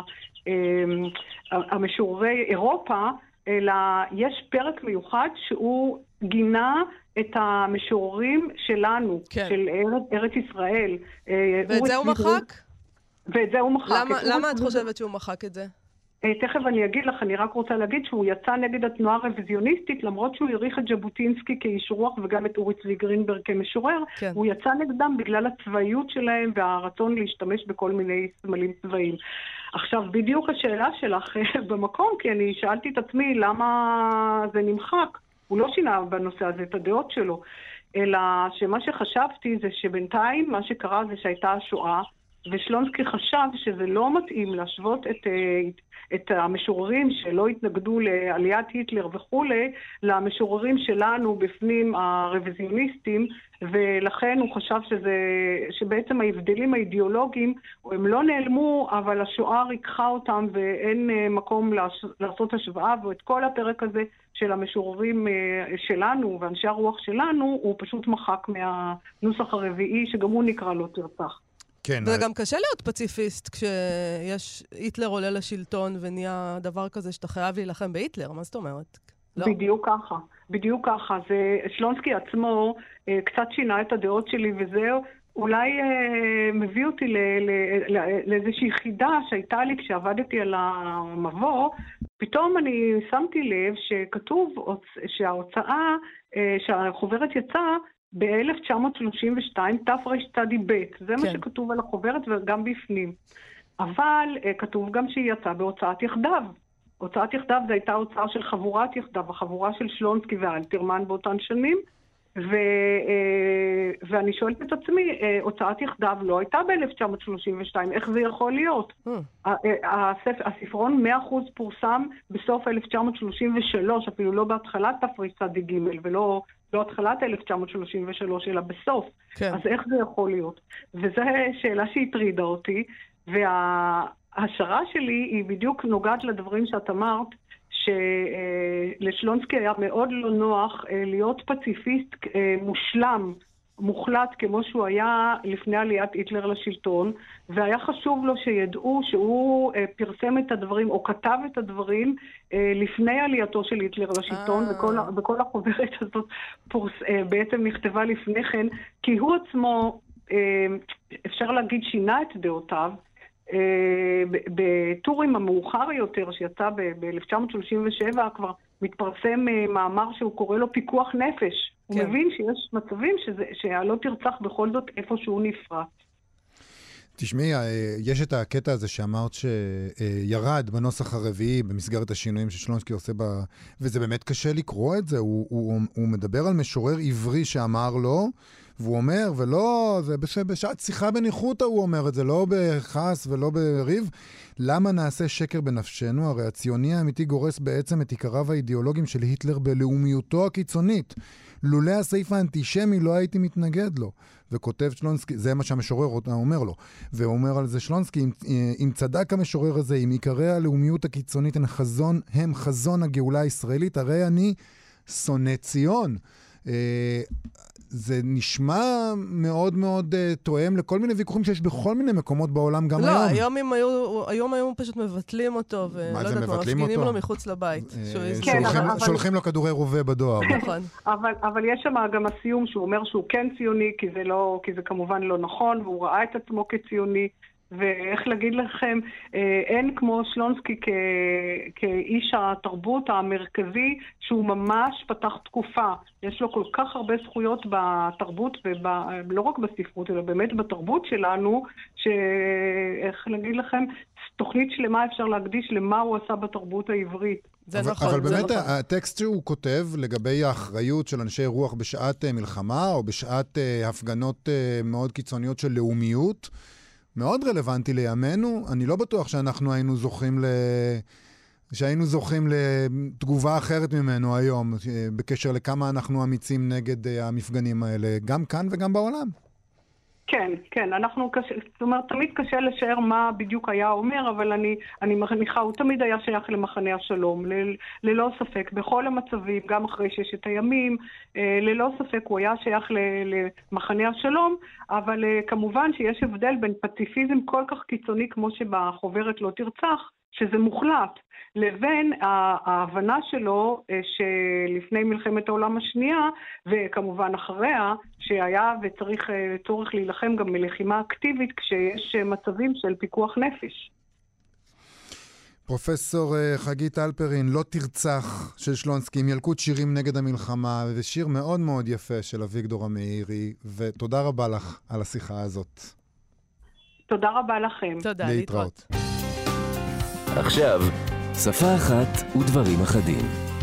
E: המשוררי אירופה, אלא יש פרק מיוחד שהוא גינה את המשוררים שלנו, כן. של ארץ, ארץ ישראל.
C: ואת זה הוא מחק?
E: ואת זה הוא מחק.
C: למה, למה את חושבת שהוא מחק את זה?
E: תכף אני אגיד לך, אני רק רוצה להגיד שהוא יצא נגד התנועה הרוויזיוניסטית, למרות שהוא העריך את ז'בוטינסקי כאיש רוח וגם את אורי צבי גרינברג כמשורר, כן. הוא יצא נגדם בגלל הצבאיות שלהם והרצון להשתמש בכל מיני סמלים צבאיים. עכשיו, בדיוק השאלה שלך במקום, כי אני שאלתי את עצמי למה זה נמחק. הוא לא שינה בנושא הזה את הדעות שלו, אלא שמה שחשבתי זה שבינתיים מה שקרה זה שהייתה השואה, ושלונסקי חשב שזה לא מתאים להשוות את, את המשוררים שלא התנגדו לעליית היטלר וכו' למשוררים שלנו בפנים הרוויזיוניסטים, ולכן הוא חשב שזה, שבעצם ההבדלים האידיאולוגיים הם לא נעלמו, אבל השואה ריקחה אותם ואין מקום לעשות השוואה, ואת כל הפרק הזה של המשוררים שלנו ואנשי הרוח שלנו הוא פשוט מחק מהנוסח הרביעי שגם הוא נקרא לא תרצח.
C: כן, וזה גם קשה להיות פציפיסט כשיש היטלר עולה לשלטון ונהיה דבר כזה שאתה חייב להילחם בהיטלר, מה זאת אומרת?
E: לא. בדיוק ככה, בדיוק ככה. זה, שלונסקי עצמו אה, קצת שינה את הדעות שלי וזהו, אולי אה, מביא אותי ל, ל, ל, לאיזושהי חידה שהייתה לי כשעבדתי על המבוא, פתאום אני שמתי לב שכתוב שההוצאה, אה, שהחוברת יצאה, ב-אלף תשע מאות שלושים ושתיים, תרצ"ב, זה כן. מה שכתוב על החוברת וגם בפנים. אבל uh, כתוב גם שהיא יצאה בהוצאת יחדיו. הוצאת יחדיו זה הייתה הוצאה של חבורת יחדיו, החבורה של שלונסקי ואלתרמן באותן שנים, ו, uh, ואני שואלת את עצמי, uh, הוצאת יחדיו לא הייתה ב-אלף תשע מאות שלושים ושתיים, איך זה יכול להיות? Hmm. הספר, הספרון מאה אחוז פורסם בסוף אלף תשע מאות שלושים ושלוש, אפילו לא בהתחלת תרצ"ג ולא... לא התחלת אלף תשע מאות שלושים ושלוש, אלא בסוף. כן. אז איך זה יכול להיות? וזו שאלה שהטרידה אותי, וההשערה שלי היא בדיוק נוגעת לדברים שאת אמרת, שלשלונסקי היה מאוד לא נוח להיות פציפיסט מושלם, מוחלט כמו שהוא היה לפני עליית היטלר לשלטון, והיה חשוב לו שידעו שהוא פרסם את הדברים או כתב את הדברים לפני עלייתו של היטלר לשלטון, וכל, וכל החוברת הזאת פורס, בעצם נכתבה לפני כן, כי הוא עצמו, אפשר להגיד, שינה את דעותיו, בטורים המאוחר יותר שיצא ב-אלף תשע מאות שלושים ושבע כבר מתפרסם מאמר שהוא קורא לו פיקוח נפש. הוא מבין שיש מצבים שהלא תרצח בכל זאת איפה שהוא נפרץ.
D: תשמעי, יש את הקטע הזה שאמרת שירד בנוסח הרביעי במסגרת השינויים ששלונסקי עושה ב... וזה באמת קשה לקרוא את זה. הוא, הוא, הוא מדבר על משורר עברי שאמר לו, והוא אומר, ולא, זה בשעת שיחה בניחותא הוא אומר את זה, לא בחס ולא בריב. למה נעשה שקר בנפשנו? הרי הציוני האמיתי גורס בעצם את עיקריו האידיאולוגיים של היטלר בלאומיותו הקיצונית. לולא הסעיף האנטישמי לא הייתי מתנגד לו. וכותב שלונסקי, זה מה שהמשורר אומר לו, ואומר על זה שלונסקי, אם, אם צדק המשורר הזה, אם עיקרי הלאומיות הקיצונית הם חזון, הם חזון הגאולה הישראלית, הרי אני שונא ציון. זה נשמע מאוד מאוד uh, תואם לכל מיני ויכוחים שיש בכל מיני מקומות בעולם גם
C: לא,
D: היום.
C: לא, היום הם היו, היום היו פשוט מבטלים אותו, ולא יודעת מה, מפגינים לו מחוץ לבית.
E: כן,
D: שולחים,
E: אבל...
D: שולחים לו כדורי רובה בדואר.
C: נכון.
E: אבל, אבל יש שם גם הסיום שהוא אומר שהוא כן ציוני, כי זה, לא, כי זה כמובן לא נכון, והוא ראה את עצמו כציוני. ואיך להגיד לכם, אין כמו שלונסקי כ... כאיש התרבות המרכזי שהוא ממש פתח תקופה. יש לו כל כך הרבה זכויות בתרבות, ולא רק בספרות, אלא באמת בתרבות שלנו, שאיך להגיד לכם, תוכנית שלמה אפשר להקדיש למה הוא עשה בתרבות העברית.
C: זה
D: אבל,
C: נכון,
D: אבל
C: זה
D: באמת
C: נכון.
D: הטקסט שהוא כותב לגבי האחריות של אנשי רוח בשעת מלחמה, או בשעת הפגנות מאוד קיצוניות של לאומיות, מאוד רלוונטי לימינו. אני לא בטוח שאנחנו היינו זוכים ל... שהיינו זוכים לתגובה אחרת ממנו היום, בקשר לכמה אנחנו אמיצים נגד המפגנים האלה, גם כאן וגם בעולם.
E: כן, כן, אנחנו, קשה, זאת אומרת, תמיד קשה לשער מה בדיוק היה אומר, אבל אני, אני מניחה, הוא תמיד היה שייך למחנה השלום, ל, ללא ספק, בכל המצבים, גם אחרי ששת הימים, ללא ספק הוא היה שייך ל, למחנה השלום, אבל כמובן שיש הבדל בין פציפיזם כל כך קיצוני כמו שבחוברת לא תרצח, שזה מוחלט, לבין ההבנה שלו שלפני מלחמת העולם השנייה, וכמובן אחריה, שהיה וצריך צורך להילחם גם מלחימה אקטיבית כשיש מצבים של פיקוח נפש.
D: פרופסור חגית אלפרין, לא תרצח של שלונסקי, עם ילקוט שירים נגד המלחמה, וזה שיר מאוד מאוד יפה של אביגדור המאירי, ותודה רבה לך על השיחה הזאת.
E: תודה רבה לכם.
C: תודה, להתראות.
F: עכשיו, שפה אחת ודברים אחדים.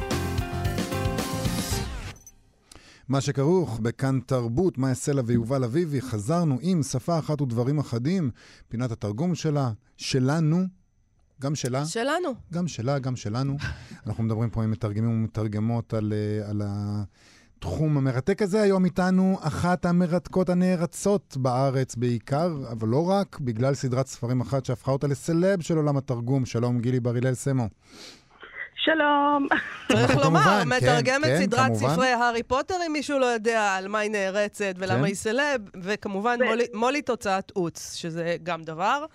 D: מה שכרוך בכאן תרבות, מאיה סלע ויובל אביבי, חזרנו עם שפה אחת ודברים אחדים, פינת התרגום שלה, שלנו, גם שלה.
C: שלנו.
D: גם שלה, גם שלנו. אנחנו מדברים פה עם מתרגמים ומתרגמות על, על התחום המרתק הזה. היום איתנו אחת המרתקות הנערצות בארץ בעיקר, אבל לא רק, בגלל סדרת ספרים אחת שהפכה אותה לסלב של עולם התרגום. שלום גילי בר-הלל סמו.
E: שלום.
C: צריך לומר, מתרגמת
D: כן,
C: סדרת
D: כמובן.
C: ספרי הארי פוטר, אם מישהו לא יודע על מה היא נערצת ולמה
D: כן.
C: היא סלב, וכמובן
E: ו...
C: מולי, מולי תוצאת עוץ, שזה גם דבר.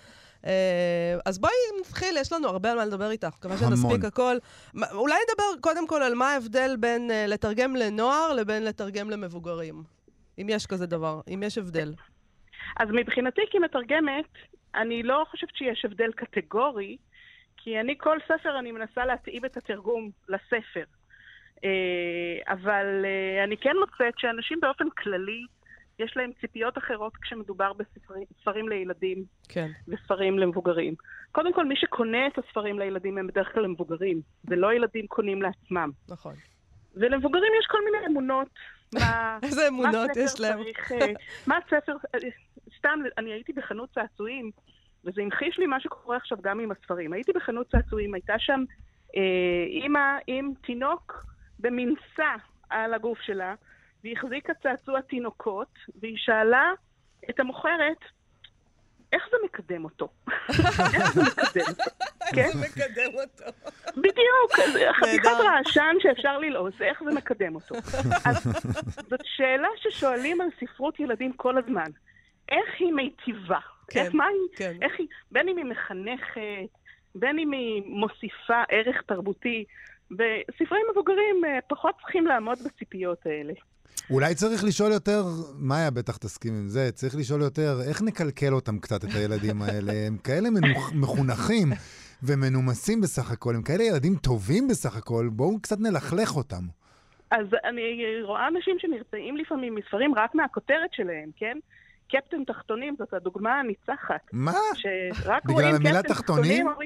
C: אז בואי נתחיל, יש לנו הרבה על מה לדבר איתך, כמה שנספיק הכל. אולי נדבר קודם כל על מה ההבדל בין לתרגם לנוער לבין לתרגם למבוגרים. אם יש כזה דבר, אם יש הבדל.
G: אז מבחינתי כמתרגמת, אני לא חושבת שיש הבדל קטגורי, כי אני כל ספר אני מנסה להתאים את התרגום לספר. אבל אני כן מוצאת שאנשים באופן כללי, יש להם ציפיות אחרות כשמדובר בספרים לילדים
C: כן.
G: וספרים למבוגרים. קודם כל, מי שקונה את הספרים לילדים הם בדרך כלל למבוגרים. זה לא ילדים קונים לעצמם.
C: נכון.
G: ולמבוגרים יש כל מיני אמונות. מה,
C: איזה אמונות יש להם? צריך,
G: מה הספר... סתם, אני הייתי בחנות צעצועים, וזה המחיש לי מה שקורה עכשיו גם עם הספרים. הייתי בחנות צעצועים, הייתה שם אה, אימא עם תינוק במנסה על הגוף שלה, והיא החזיקה צעצוע תינוקות, והיא שאלה את המוכרת, איך זה מקדם אותו? איך זה מקדם אותו?
C: איך זה מקדם אותו?
G: בדיוק, חתיכת רעשן שאפשר ללעוס, איך זה מקדם אותו? אז זאת שאלה ששואלים על ספרות ילדים כל הזמן. איך היא מיטיבה? איך היא, בין אם היא מחנכת, בין אם היא מוסיפה ערך תרבותי, וספרים מבוגרים פחות צריכים לעמוד בציפיות האלה.
D: אולי צריך לשאול יותר, מאיה בטח תסכים עם זה, צריך לשאול יותר, איך נקלקל אותם קצת את הילדים האלה? הם כאלה מחונכים ומנומסים בסך הכל, הם כאלה ילדים טובים בסך הכל, בואו קצת נלכלך אותם.
G: אז אני רואה אנשים שנרתעים לפעמים מספרים רק מהכותרת שלהם, כן? קפטן תחתונים, זאת הדוגמה הניצחת.
D: מה?
G: שרק
D: בגלל המילה תחתונים?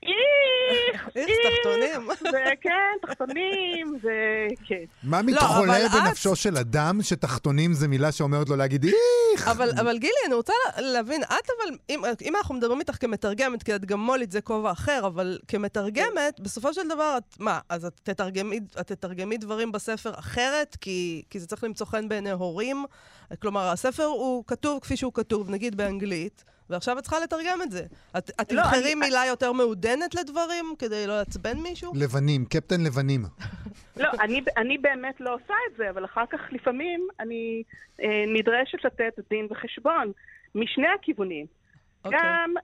G: איך,
C: איך, תחתונים.
G: זה כן, תחתונים, זה כן.
D: מה מתחולל בנפשו של אדם שתחתונים זה מילה שאומרת לו להגיד איך?
C: אבל גילי, אני רוצה להבין, את אבל, אם אנחנו מדברים איתך כמתרגמת, כי את גם מולית זה כובע אחר, אבל כמתרגמת, בסופו של דבר, מה, אז את תתרגמי דברים בספר אחרת, כי זה צריך למצוא חן בעיני הורים, כלומר, הספר הוא כתוב כפי שהוא כתוב, נגיד באנגלית, ועכשיו את צריכה לתרגם את זה. את תבחרי מילה יותר מעודנת לדברים, כדי לא לעצבן מישהו?
D: לבנים, קפטן לבנים.
G: לא, אני באמת לא עושה את זה, אבל אחר כך לפעמים אני נדרשת לתת דין וחשבון, משני הכיוונים. גם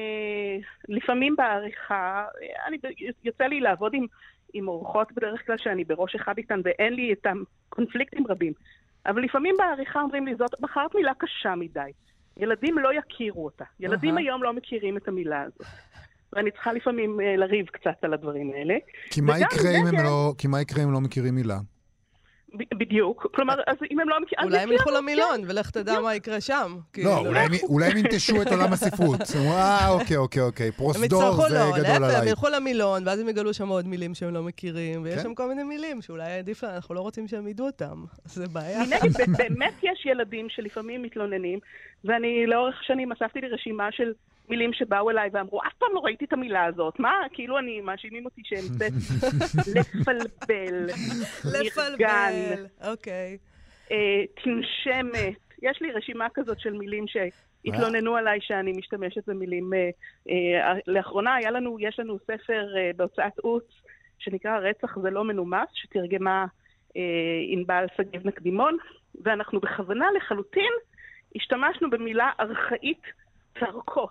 G: לפעמים בעריכה, יוצא לי לעבוד עם אורחות בדרך כלל שאני בראש אחד איתן, ואין לי את הקונפליקטים רבים. אבל לפעמים בעריכה אומרים לי, זאת בחרת מילה קשה מדי. ילדים לא יכירו אותה. ילדים היום לא מכירים את המילה הזאת. ואני צריכה לפעמים לריב קצת על הדברים האלה.
D: כי מה יקרה אם הם לא, כי מה יקרה אם לא מכירים מילה?
G: בדיוק. כלומר, אז אם הם לא מכירים...
C: אולי הם ילכו למילון, ולך תדע מה יקרה שם.
D: לא, אולי הם ינטשו את עולם הספרות. וואו, אוקיי, אוקיי, אוקיי. פרוסדור זה גדול עליי.
C: הם ילכו למילון, ואז הם יגלו שם עוד מילים שהם לא מכירים, ויש שם כל מיני מילים שאולי עדיף לה, אנחנו לא רוצים שהם ידעו אותם. זה בעיה.
G: באמת יש ילדים שלפעמים מתלוננים, ואני לאורך שנים אספתי לי רשימה של מילים שבאו אליי ואמרו, אף פעם לא ראיתי את המילה הזאת. מה? כאילו אני, מאשימים אותי שהמצאת לפלבל,
C: לפלבל, אוקיי.
G: תנשמת. יש לי רשימה כזאת של מילים שהתלוננו עליי שאני משתמשת במילים. לאחרונה היה לנו, יש לנו ספר בהוצאת עוץ, שנקרא רצח זה לא מנומס, שתרגמה ענבל שגיב נקדימון, ואנחנו בכוונה לחלוטין השתמשנו במילה ארכאית תרקוס.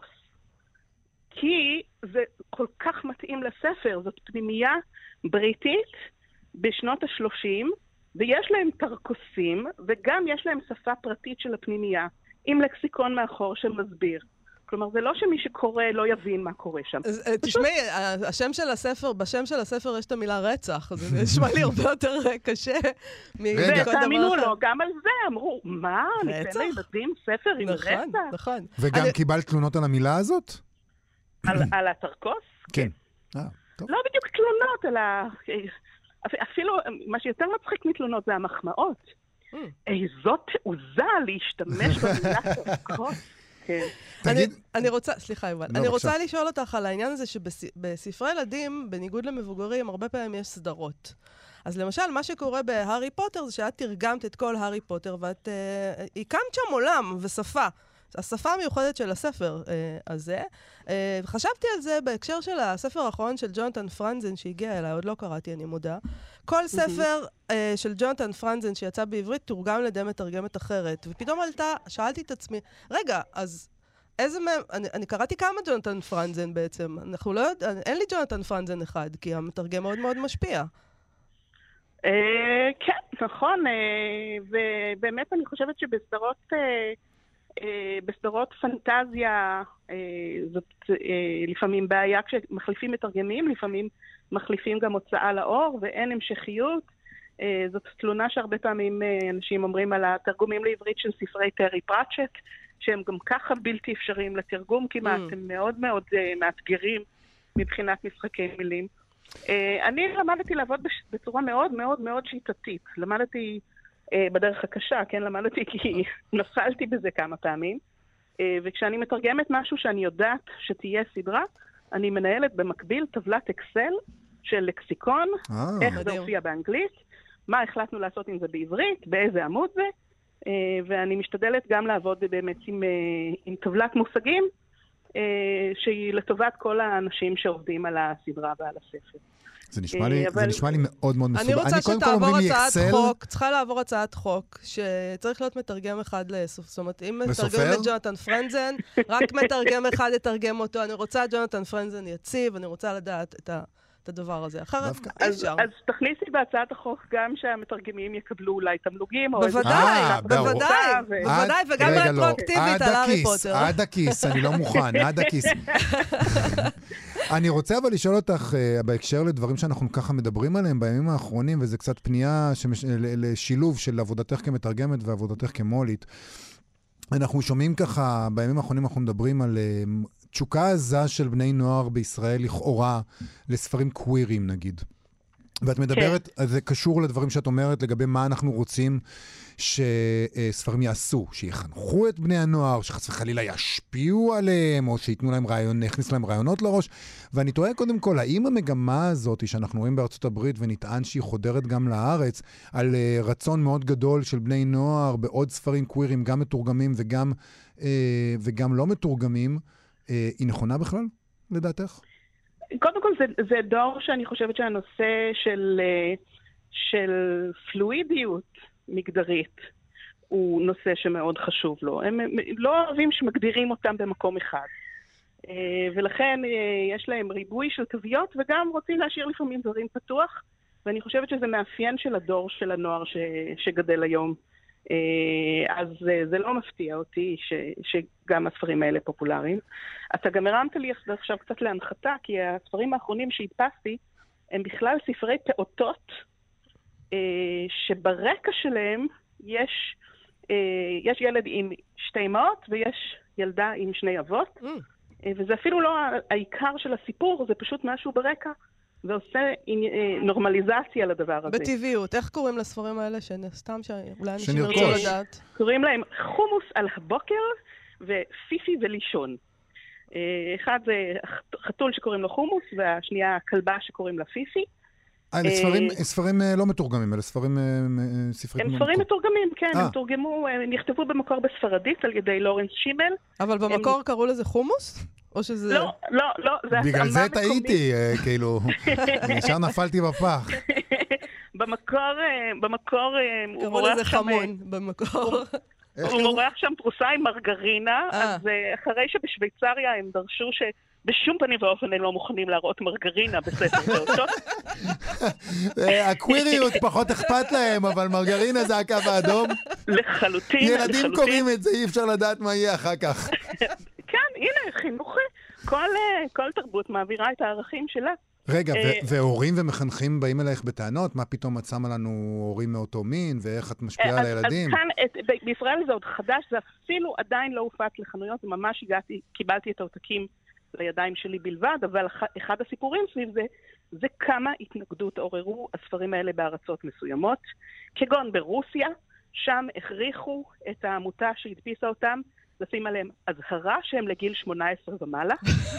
G: כי זה כל כך מתאים לספר, זאת פנימייה בריטית בשנות ה-שלושים, ויש להם תרקוסים, וגם יש להם שפה פרטית של הפנימייה, עם לקסיקון מאחור שמסביר. כלומר, זה לא שמי שקורא לא יבין מה קורה שם.
C: תשמעי, השם של הספר, בשם של הספר יש את המילה רצח, אז זה נשמע לי הרבה יותר קשה.
G: ותאמינו לו, גם על זה אמרו, מה? ניתן לילדים ספר עם רצח?
C: נכון.
D: וגם קיבלת תלונות על המילה הזאת?
G: על התרקוס?
D: כן.
G: לא בדיוק תלונות, אלא... אפילו, מה שיותר מצחיק מתלונות זה המחמאות. איזו תעוזה להשתמש במילה תרקוס.
C: אני רוצה, סליחה יובל, אני רוצה לשאול אותך על העניין הזה שבספרי ילדים, בניגוד למבוגרים, הרבה פעמים יש סדרות. אז למשל, מה שקורה בהארי פוטר זה שאת תרגמת את כל הארי פוטר, ואת הקמת שם עולם ושפה. השפה המיוחדת של הספר הזה. חשבתי על זה בהקשר של הספר האחרון של ג'ונתן פרנזן שהגיע אליי, עוד לא קראתי, אני מודה. כל ספר של ג'ונתן פרנזן שיצא בעברית תורגם לידי מתרגמת אחרת. ופתאום עלתה, שאלתי את עצמי, רגע, אז איזה מהם, אני, אני קראתי כמה ג'ונתן פרנזן בעצם. אנחנו לא יודעים, אין לי ג'ונתן פרנזן אחד, כי המתרגם מאוד מאוד משפיע.
G: כן, נכון. ובאמת אני חושבת שבסדרות... בסדרות פנטזיה זאת לפעמים בעיה כשמחליפים מתרגמים, לפעמים מחליפים גם הוצאה לאור ואין המשכיות. זאת תלונה שהרבה פעמים אנשים אומרים על התרגומים לעברית של ספרי טרי פרצ'ט, שהם גם ככה בלתי אפשריים לתרגום כמעט, הם מאוד מאוד מאתגרים מבחינת משחקי מילים. אני למדתי לעבוד בצורה מאוד מאוד מאוד שיטתית. למדתי בדרך הקשה, כן, למדתי כי נפלתי בזה כמה פעמים, וכשאני מתרגמת משהו שאני יודעת שתהיה סדרה, אני מנהלת במקביל טבלת אקסל של לקסיקון, איך זה הופיע באנגלית, מה החלטנו לעשות עם זה בעברית, באיזה עמוד זה, ואני משתדלת גם לעבוד באמת עם, עם טבלת מושגים, שהיא לטובת כל האנשים שעובדים על הסדרה ועל הספר.
D: זה נשמע לי, זה נשמע לי מאוד מאוד מסובך.
C: אני רוצה שתעבור הצעת חוק, צריכה לעבור הצעת חוק, שצריך להיות מתרגם אחד לסוף. זאת אומרת, אם מתרגם את ג'ונתן פרנזן, רק מתרגם אחד יתרגם אותו. אני רוצה ג'ונתן פרנזן יציב, אני רוצה לדעת את ה... את הדבר הזה. אחרת אי אפשר.
G: אז תכניסי בהצעת החוק גם שהמתרגמים יקבלו אולי תמלוגים.
C: בוודאי, בוודאי, בוודאי, וגם רטרואקטיבית על הארי פוטר.
D: עד הכיס, אני לא מוכן, עד הכיס. אני רוצה אבל לשאול אותך, בהקשר לדברים שאנחנו ככה מדברים עליהם בימים האחרונים, וזה קצת פנייה לשילוב של עבודתך כמתרגמת ועבודתך כמולית. אנחנו שומעים ככה, בימים האחרונים אנחנו מדברים על תשוקה עזה של בני נוער בישראל לכאורה לספרים קווירים נגיד. ואת מדברת, כן. זה קשור לדברים שאת אומרת לגבי מה אנחנו רוצים שספרים יעשו, שיחנכו את בני הנוער, שחס וחלילה ישפיעו עליהם, או שיתנו להם רעיון, יכניס להם רעיונות לראש. ואני תוהה קודם כל, האם המגמה הזאת שאנחנו רואים בארצות הברית ונטען שהיא חודרת גם לארץ, על uh, רצון מאוד גדול של בני נוער בעוד ספרים קווירים, גם מתורגמים וגם, uh, וגם לא מתורגמים, uh, היא נכונה בכלל, לדעתך?
G: קודם כל, זה, זה דור שאני חושבת שהנושא של, של פלואידיות מגדרית הוא נושא שמאוד חשוב לו. הם לא אוהבים שמגדירים אותם במקום אחד. ולכן יש להם ריבוי של תוויות, וגם רוצים להשאיר לפעמים דברים פתוח, ואני חושבת שזה מאפיין של הדור של הנוער ש, שגדל היום. אז זה לא מפתיע אותי ש, שגם הספרים האלה פופולריים. אתה גם הרמת לי עכשיו קצת להנחתה, כי הספרים האחרונים שהדפסתי הם בכלל ספרי פעוטות שברקע שלהם יש, יש ילד עם שתי אמהות ויש ילדה עם שני אבות, mm. וזה אפילו לא העיקר של הסיפור, זה פשוט משהו ברקע ועושה נורמליזציה לדבר הזה.
C: בטבעיות. איך קוראים לספרים האלה? סתם שאולי אנשים ירצו לדעת.
G: קוראים להם חומוס על הבוקר ופיפי ולישון. אחד זה חתול שקוראים לו חומוס, והשנייה כלבה שקוראים לה פיפי.
D: אלה ספרים, ספרים לא מתורגמים, אלה ספרים ספרים...
G: הם ספרים מתורגמים, כן, הם תורגמו, נכתבו במקור בספרדית על ידי לורנס שימל.
C: אבל במקור קראו לזה חומוס? או שזה...
G: לא, לא, לא, זה
D: בגלל זה טעיתי, כאילו, ישר נפלתי בפח.
G: במקור, במקור, הוא
C: קראו לזה חמון, במקור.
G: הוא מורח שם פרוסה עם מרגרינה, אז אחרי שבשוויצריה הם דרשו שבשום פנים ואופן הם לא מוכנים להראות מרגרינה בספר פעוטות.
D: הקוויריות פחות אכפת להם, אבל מרגרינה זה הקו האדום.
G: לחלוטין.
D: ילדים קוראים את זה, אי אפשר לדעת מה יהיה אחר כך.
G: כן, הנה, חינוך, כל תרבות מעבירה את הערכים שלה.
D: רגע, והורים ומחנכים באים אלייך בטענות? מה פתאום את שמה לנו הורים מאותו מין, ואיך את משפיעה על הילדים?
G: אז כאן, בישראל זה עוד חדש, זה אפילו עדיין לא הופץ לחנויות, ממש הגעתי, קיבלתי את העותקים לידיים שלי בלבד, אבל אחד הסיפורים סביב זה, זה כמה התנגדות עוררו הספרים האלה בארצות מסוימות, כגון ברוסיה, שם הכריחו את העמותה שהדפיסה אותם, לשים עליהם הזהרה שהם לגיל שמונה עשרה ומעלה.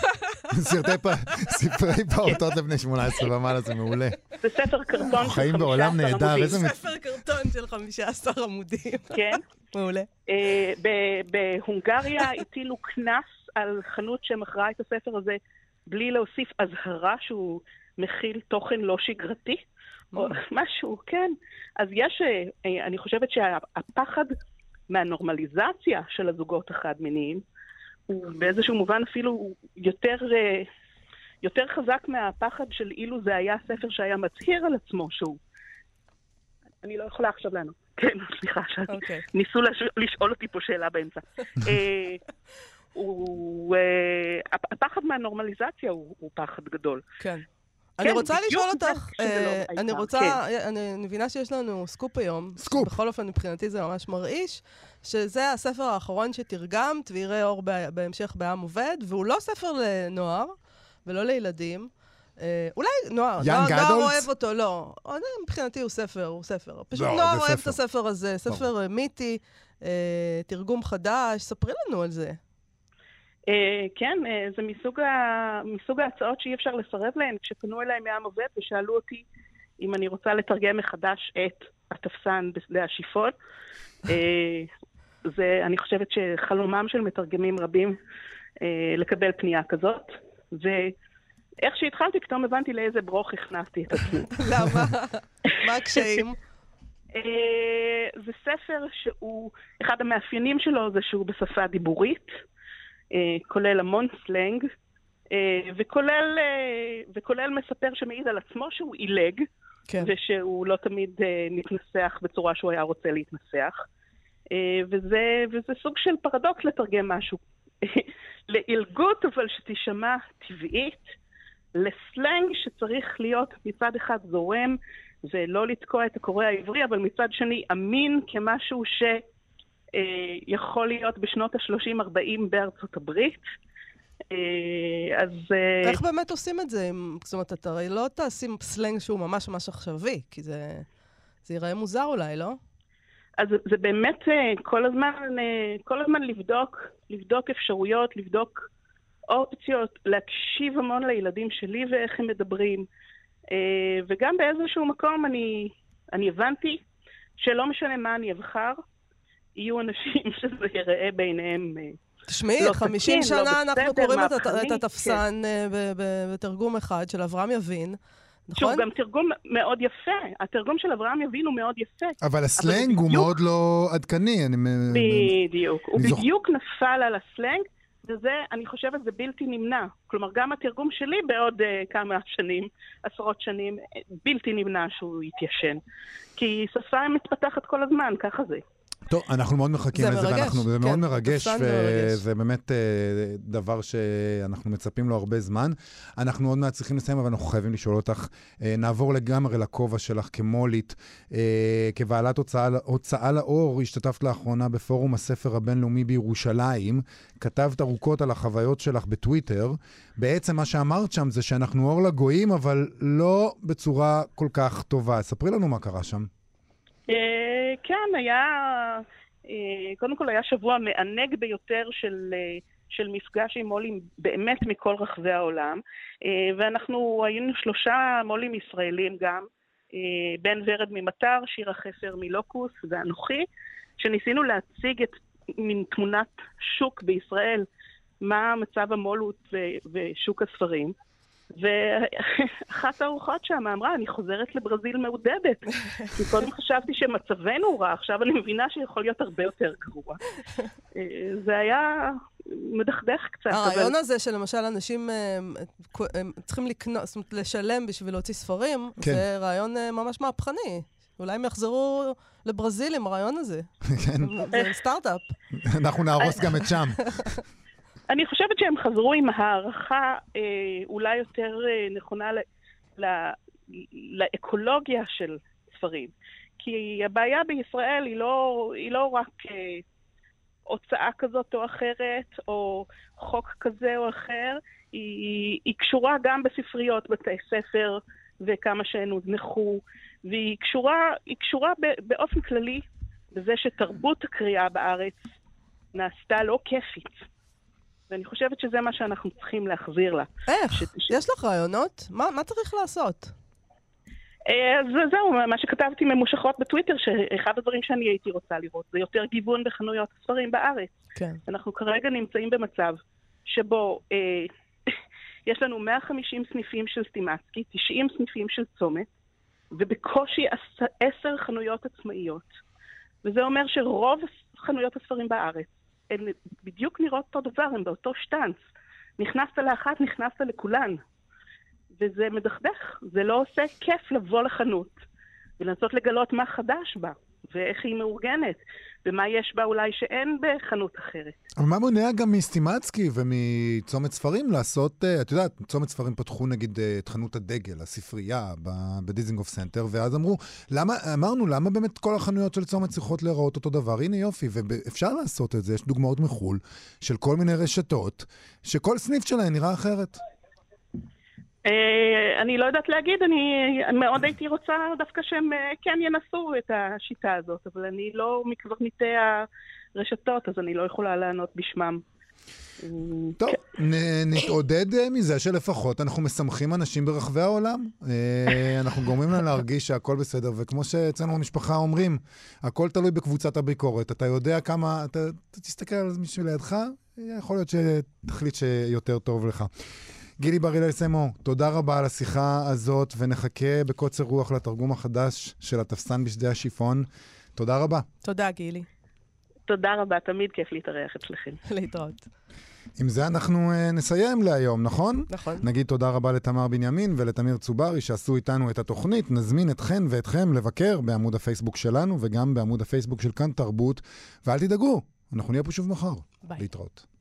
D: ספרי פעוטות לבני שמונה עשרה ומעלה, זה מעולה.
G: זה ספר קרטון של
D: חיים בעולם נהדר.
C: ספר קרטון של חמישה עשר עמודים.
G: כן.
C: מעולה.
G: בהונגריה הטילו כנס על חנות שמכרה את הספר הזה בלי להוסיף הזהרה שהוא מכיל תוכן לא שגרתי. או משהו, כן. אז יש, אני חושבת שהפחד מהנורמליזציה של הזוגות החד-מיניים, הוא באיזשהו מובן אפילו יותר, יותר חזק מהפחד של אילו זה היה ספר שהיה מצהיר על עצמו שהוא. אני לא יכולה עכשיו לענות. כן, סליחה, okay. ניסו לשאול אותי פה שאלה באמצע. הפחד מהנורמליזציה הוא פחד גדול.
C: כן. אני רוצה לשאול אותך, אני רוצה, אני מבינה שיש לנו סקופ היום.
D: סקופ.
C: בכל אופן, מבחינתי זה ממש מרעיש, שזה הספר האחרון שתרגמת, ויראה אור בהמשך בעם עובד, והוא לא ספר לנוער, ולא לילדים. אולי נוער, נוער אוהב אותו, לא. מבחינתי הוא ספר, הוא ספר. פשוט נוער אוהב את הספר הזה, ספר מיתי, תרגום חדש, ספרי לנו על זה.
G: כן, זה מסוג ההצעות שאי אפשר לסרב להן. כשפנו אליי מעם עובד ושאלו אותי אם אני רוצה לתרגם מחדש את התפסן בשדה השיפון, אני חושבת שחלומם של מתרגמים רבים לקבל פנייה כזאת, ואיך שהתחלתי פתאום הבנתי לאיזה ברוך הכנסתי את עצמי.
C: למה? מה הקשיים?
G: זה ספר שהוא, אחד המאפיינים שלו זה שהוא בשפה דיבורית, כולל המון סלנג, וכולל, וכולל מספר שמעיד על עצמו שהוא אילג, כן. ושהוא לא תמיד מתנסח בצורה שהוא היה רוצה להתנסח. וזה, וזה סוג של פרדוקס לתרגם משהו. לאילגות, אבל שתשמע טבעית, לסלנג שצריך להיות מצד אחד זורם, ולא לתקוע את הקורא העברי, אבל מצד שני אמין כמשהו ש... יכול להיות בשנות ה-שלושים ארבעים בארצות הברית, אז...
C: איך באמת עושים את זה? זאת אומרת, אתה הרי לא תשים סלנג שהוא ממש ממש עכשווי, כי זה, זה ייראה מוזר אולי, לא?
G: אז זה באמת כל הזמן, כל הזמן לבדוק, לבדוק אפשרויות, לבדוק אופציות, להקשיב המון לילדים שלי ואיך הם מדברים. וגם באיזשהו מקום אני, אני הבנתי שלא משנה מה אני אבחר, יהיו אנשים שזה ייראה ביניהם
C: תשמעי,
G: לא
C: חמישים
G: תקין,
C: שנה
G: לא
C: אנחנו
G: בסדר,
C: קוראים את,
G: מהפכני,
C: את התפסן
G: כן.
C: ב- ב- בתרגום אחד של אברהם יבין,
G: שוב,
C: נכון?
G: גם תרגום מאוד יפה. התרגום של אברהם יבין הוא מאוד יפה.
D: אבל הסלנג הוא
G: בדיוק-
D: מאוד לא עדכני. אני...
G: בדיוק. הוא
D: אני זוכ-
G: בדיוק נפל על הסלנג, וזה, אני חושבת, זה בלתי נמנע. כלומר, גם התרגום שלי בעוד uh, כמה שנים, עשרות שנים, בלתי נמנע שהוא יתיישן. כי שפה מתפתחת כל הזמן, ככה זה.
D: טוב, אנחנו מאוד מחכים
C: זה
D: לזה,
C: מרגש,
D: ואנחנו, זה
C: כן,
D: מאוד מרגש,
C: תפסן מרגש.
D: וזה באמת אה, דבר שאנחנו מצפים לו הרבה זמן. אנחנו עוד מעט צריכים לסיים, אבל אנחנו חייבים לשאול אותך. אה, נעבור לגמרי לכובע שלך כמולית. אה, כבעלת הוצאה, הוצאה לאור, השתתפת לאחרונה בפורום הספר הבינלאומי בירושלים, כתבת ארוכות על החוויות שלך בטוויטר. בעצם מה שאמרת שם זה שאנחנו אור לגויים, אבל לא בצורה כל כך טובה. ספרי לנו מה קרה שם.
G: כן, היה, קודם כל היה שבוע מענג ביותר של, של מפגש עם מולים באמת מכל רחבי העולם, ואנחנו היינו שלושה מולים ישראלים גם, בן ורד ממטר, שירה חפר מלוקוס ואנוכי, שניסינו להציג את מין תמונת שוק בישראל, מה מצב המולות ושוק הספרים. ואחת הארוחות שם אמרה, אני חוזרת לברזיל מעודדת. כי קודם חשבתי שמצבנו רע, עכשיו אני מבינה שיכול להיות הרבה יותר גרוע. זה היה מדכדך קצת.
C: הרעיון הזה שלמשל אנשים צריכים לקנות, זאת אומרת, לשלם בשביל להוציא ספרים, זה רעיון ממש מהפכני. אולי הם יחזרו לברזיל עם הרעיון הזה. זה סטארט-אפ. אנחנו
D: נהרוס גם את שם.
G: אני חושבת שהם חזרו עם הערכה אה, אולי יותר אה, נכונה ל, ל, לאקולוגיה של ספרים. כי הבעיה בישראל היא לא, היא לא רק אה, הוצאה כזאת או אחרת, או חוק כזה או אחר, היא, היא קשורה גם בספריות בתי ספר וכמה שהן הוזנחו, והיא קשורה, היא קשורה באופן כללי בזה שתרבות הקריאה בארץ נעשתה לא כיפית. ואני חושבת שזה מה שאנחנו צריכים להחזיר לה.
C: איך? ש... יש לך רעיונות? מה, מה צריך לעשות?
G: אז זהו, מה שכתבתי ממושכות בטוויטר, שאחד הדברים שאני הייתי רוצה לראות, זה יותר גיוון בחנויות הספרים בארץ.
C: כן.
G: אנחנו כרגע נמצאים במצב שבו אה, יש לנו מאה וחמישים סניפים של סטימצקי, תשעים סניפים של צומת, ובקושי עשר חנויות עצמאיות. וזה אומר שרוב חנויות הספרים בארץ, הן בדיוק נראות אותו דבר, הן באותו שטנץ. נכנסת לאחת, נכנסת לכולן. וזה מדכדך, זה לא עושה כיף לבוא לחנות, ולנסות לגלות מה חדש בה, ואיך היא מאורגנת, ומה יש בה אולי שאין בחנות אחרת.
D: אבל מה מונע גם מסטימצקי ומצומת ספרים לעשות, את יודעת, צומת ספרים פתחו נגיד את חנות הדגל, הספרייה בדיזינגוף סנטר, ואז אמרו, למה, אמרנו, למה באמת כל החנויות של צומת צריכות להיראות אותו דבר? הנה יופי, ואפשר לעשות את זה, יש דוגמאות מחול, של כל מיני רשתות, שכל סניף שלהן נראה אחרת.
G: אני לא יודעת להגיד, אני מאוד הייתי רוצה דווקא שהם כן ינסו את השיטה הזאת, אבל אני לא מקברניטי הרשתות, אז אני לא יכולה לענות בשמם.
D: טוב, נתעודד מזה שלפחות אנחנו מסמכים אנשים ברחבי העולם. אנחנו גורמים להם להרגיש שהכל בסדר, וכמו שאצלנו במשפחה אומרים, הכל תלוי בקבוצת הביקורת. אתה יודע כמה, אתה תסתכל על מישהו לידך, יכול להיות שתחליט שיותר טוב לך. גילי בר-הלל סמו, תודה רבה על השיחה הזאת, ונחכה בקוצר רוח לתרגום החדש של התפסן בשדה השיפון. תודה רבה.
C: תודה, גילי.
G: תודה רבה, תמיד כיף להתארח אצלכם.
C: להתראות.
D: עם זה אנחנו uh, נסיים להיום, נכון?
C: נכון.
D: נגיד תודה רבה לתמר בנימין ולתמיר צוברי שעשו איתנו את התוכנית. נזמין אתכן ואתכם לבקר בעמוד הפייסבוק שלנו וגם בעמוד הפייסבוק של כאן תרבות, ואל תדאגו, אנחנו נהיה פה שוב מחר.
C: ביי.
D: להתראות.